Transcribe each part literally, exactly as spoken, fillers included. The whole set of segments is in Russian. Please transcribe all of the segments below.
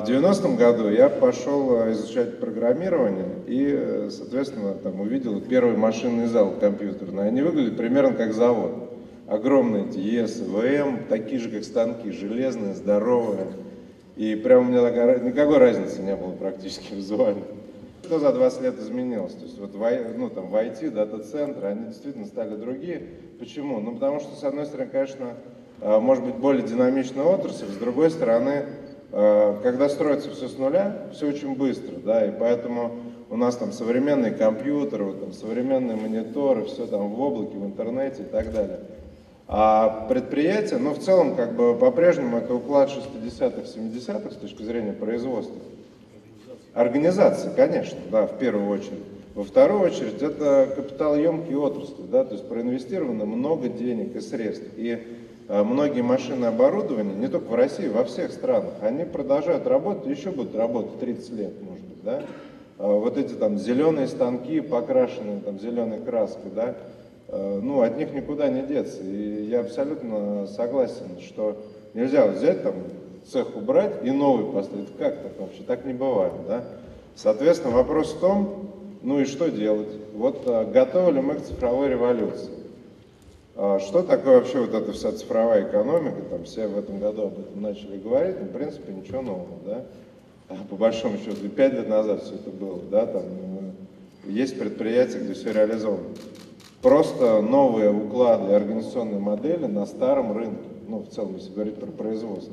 девяностом году я пошел изучать программирование и, соответственно, там увидел первый машинный зал компьютерный. Они выглядят примерно как завод. Огромные эти и эс, вэ эм, такие же, как станки, железные, здоровые. И прям у меня такая, никакой разницы не было практически визуально. Что за двадцать лет изменилось? То есть вот в, ну, там, в ай ти, дата-центры, они действительно стали другие. Почему? Ну, потому что, с одной стороны, конечно, может быть, более динамичная отрасль, с другой стороны, когда строится все с нуля, все очень быстро, да, и поэтому у нас там современные компьютеры, вот, там, современные мониторы, все там в облаке, в интернете и так далее. А предприятия, ну, в целом, как бы, по-прежнему это уклад шестидесятых, семидесятых с точки зрения производства. Организации, конечно, да, в первую очередь. Во вторую очередь, это капиталоемкие отрасли, да, то есть проинвестировано много денег и средств. И многие машины оборудования, не только в России, во всех странах, они продолжают работать, еще будут работать тридцать лет, может быть, да. Вот эти там зеленые станки, покрашенные там зеленой краской, да, ну, от них никуда не деться. И я абсолютно согласен, что нельзя вот взять там цех убрать и новый поставить. Как так вообще? Так не бывает, да. Соответственно, вопрос в том, ну и что делать? Вот готовы ли мы к цифровой революции? Что такое вообще вот эта вся цифровая экономика? Там все в этом году об этом начали говорить, но в принципе ничего нового, да? По большому счету, пять лет назад все это было, да? Там есть предприятия, где все реализовано. Просто новые уклады и организационные модели на старом рынке, ну, в целом, если говорить про производство.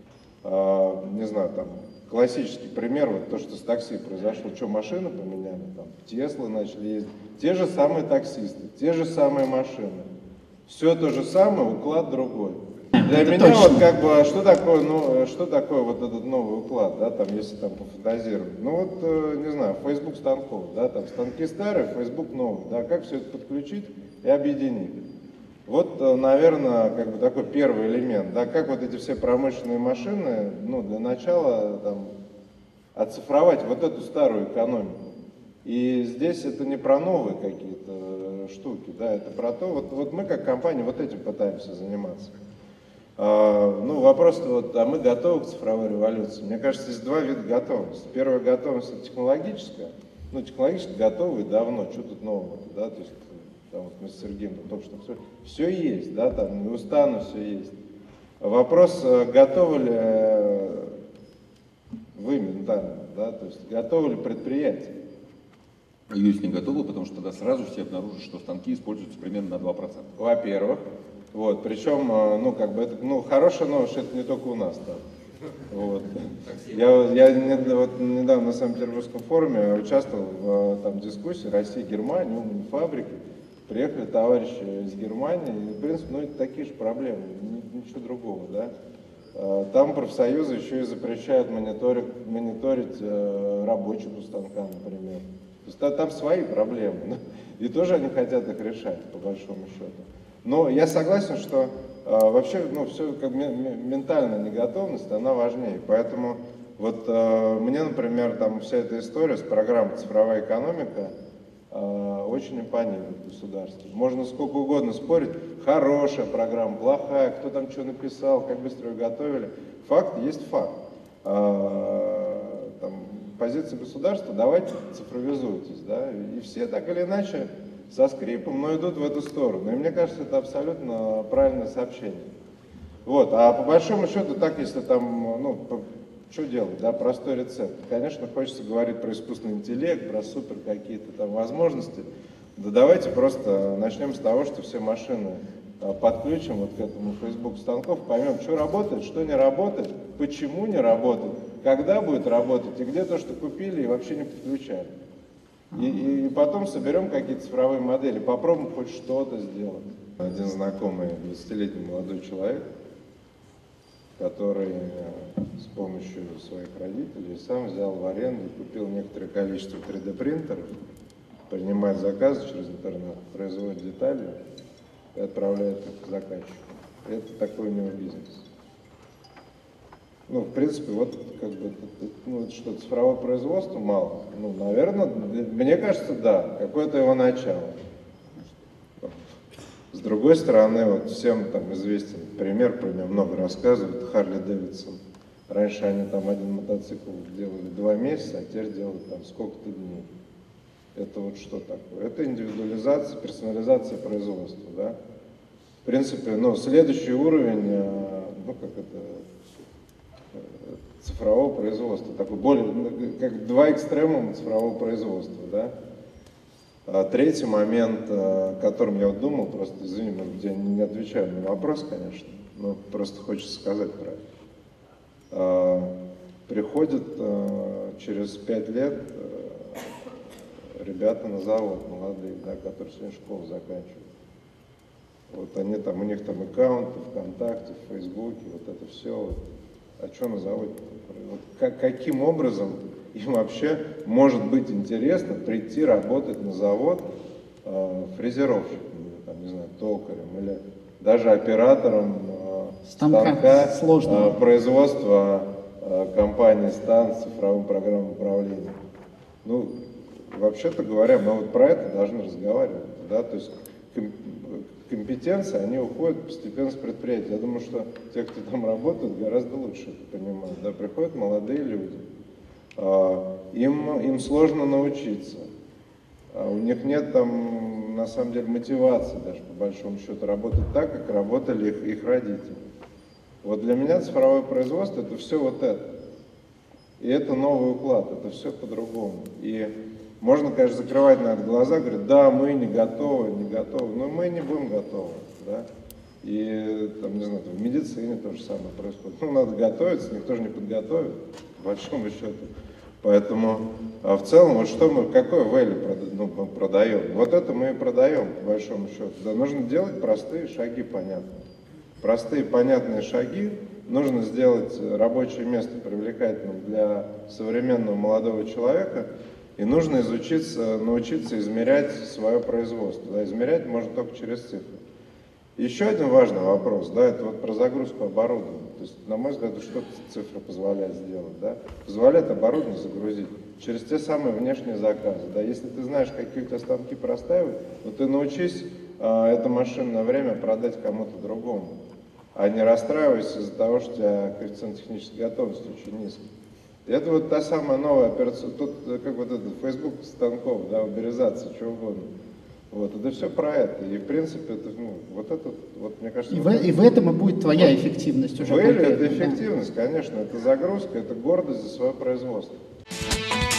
А, не знаю, там, классический пример, вот то, что с такси произошло, что машины поменяли, там, Теслы начали ездить, те же самые таксисты, те же самые машины. Все то же самое, уклад другой. Для это меня точно. Вот как бы, что такое, ну, что такое вот этот новый уклад, да, там, если там пофантазировать. Ну вот, не знаю, Facebook станков, да, там станки старые, Facebook новый, да, как все это подключить и объединить. Вот, наверное, как бы такой первый элемент, да, как вот эти все промышленные машины, ну, для начала, там, оцифровать вот эту старую экономику. И здесь это не про новые какие-то штуки, да, это про то, вот, вот мы как компания вот этим пытаемся заниматься. А, ну, вопрос, вот, а мы готовы к цифровой революции? Мне кажется, есть два вида готовности. Первая готовность это технологическая, ну, технологически готовы давно, что тут нового, да, то есть, там, вот мы с Сергеем только что все, все есть, да, там, и у Стана все есть. Вопрос, готовы ли вы ментально, да, то есть, готовы ли предприятия? Если не готовы, потому что тогда сразу все обнаружат, что станки используются примерно на два процента. Во-первых. Вот, причем, ну, как бы, это, ну, хорошая новость, что это не только у нас там. Вот. Я, я не, вот, недавно на Санкт-Петербургском форуме участвовал в там, дискуссии Россия, Германия, умные фабрики. Приехали товарищи из Германии, и, в принципе, ну, это такие же проблемы, ничего другого, да. Там профсоюзы еще и запрещают мониторить, мониторить рабочих у станка, например. То есть там свои проблемы, и тоже они хотят их решать, по большому счету. Но я согласен, что э, вообще, ну, все как ментальная неготовность, она важнее. Поэтому вот э, мне, например, там вся эта история с программой «Цифровая экономика» э, очень импонирует государству. Можно сколько угодно спорить, хорошая программа, плохая, кто там что написал, как быстро ее готовили. Факт есть факт. Э, там, позиция государства, давайте цифровизуйтесь, да, и все так или иначе со скрипом, но идут в эту сторону. И мне кажется, это абсолютно правильное сообщение. Вот, а по большому счету, так, если там, ну, что делать, да, простой рецепт. Конечно, хочется говорить про искусственный интеллект, про супер какие-то там возможности. Да давайте просто начнем с того, что все машины подключим вот к этому Facebook станков, поймем, что работает, что не работает, почему не работает, когда будет работать и где то, что купили и вообще не подключали. И, и потом соберем какие-то цифровые модели, попробуем хоть что-то сделать. Один знакомый двадцатилетний молодой человек, который с помощью своих родителей сам взял в аренду и купил некоторое количество три дэ принтеров, принимает заказы через интернет, производит детали и отправляет их к заказчику. Это такой у него бизнес. Ну, в принципе, вот как бы, ну, что, цифровое производство мало. Ну, наверное, мне кажется, да, какое-то его начало. С другой стороны, вот всем там известен пример, про него много рассказывают, Харли Дэвидсон. Раньше они там один мотоцикл делали два месяца, а теперь делают там сколько-то дней. Это вот что такое? Это индивидуализация, персонализация производства, да? В принципе, ну, следующий уровень, ну, как это, цифрового производства, такой более, как два экстремума цифрового производства, да? А третий момент, о котором я вот думал, просто, извини, может быть, я не отвечаю на вопрос, конечно, но просто хочется сказать про это. А, приходят а, через пять лет а, ребята на завод, молодые, да, которые сегодня школу заканчивают. Вот они там, у них там аккаунты ВКонтакте, в Фейсбуке, вот это все. Вот. А что на заводе? Вот как, каким образом им вообще может быть интересно прийти работать на завод э, фрезеровщиком, или, там, не знаю, токарем, или даже оператором э, станка, станка э, производства э, компании «Стан» с цифровым программным управлением. Ну, вообще-то говоря, мы вот про это должны разговаривать, да, то есть компетенции, они уходят постепенно с предприятия. Я думаю, что те, кто там работает, гораздо лучше это понимают. Да, приходят молодые люди, им, им сложно научиться, у них нет там, на самом деле, мотивации даже, по большому счету, работать так, как работали их, их родители. Вот для меня цифровое производство — это все вот это. И это новый уклад, это все по-другому. И можно, конечно, закрывать на это глаза, говорить, да, мы не готовы, не готовы, но мы не будем готовы, да. И, там, не знаю, в медицине то же самое происходит. Ну, надо готовиться, никто же не подготовит, по большому счету. Поэтому, а в целом, вот что мы, какой value ну, мы продаем? Вот это мы и продаем, по большому счету. Да, нужно делать простые шаги, понятные. Простые, понятные шаги. Нужно сделать рабочее место привлекательным для современного молодого человека. И нужно изучиться, научиться измерять свое производство. Да, измерять можно только через цифры. Еще один важный вопрос, да, это вот про загрузку оборудования. То есть, на мой взгляд, что цифра позволяет сделать, да? Позволяет оборудование загрузить через те самые внешние заказы. Да? Если ты знаешь, какие у тебя станки простаивают, то ты научись э, это машинное время продать кому-то другому, а не расстраивайся из-за того, что у тебя коэффициент технической готовности очень низкий. Это вот та самая новая операция, тут как вот этот Facebook станков, да, уберизация, чего угодно. Вот, это все про это. И в принципе, это, ну, вот это, вот мне кажется... И, вот в, это, и в этом и будет твоя вот, эффективность уже. Value — это эффективность, да. Конечно, это загрузка, это гордость за свое производство.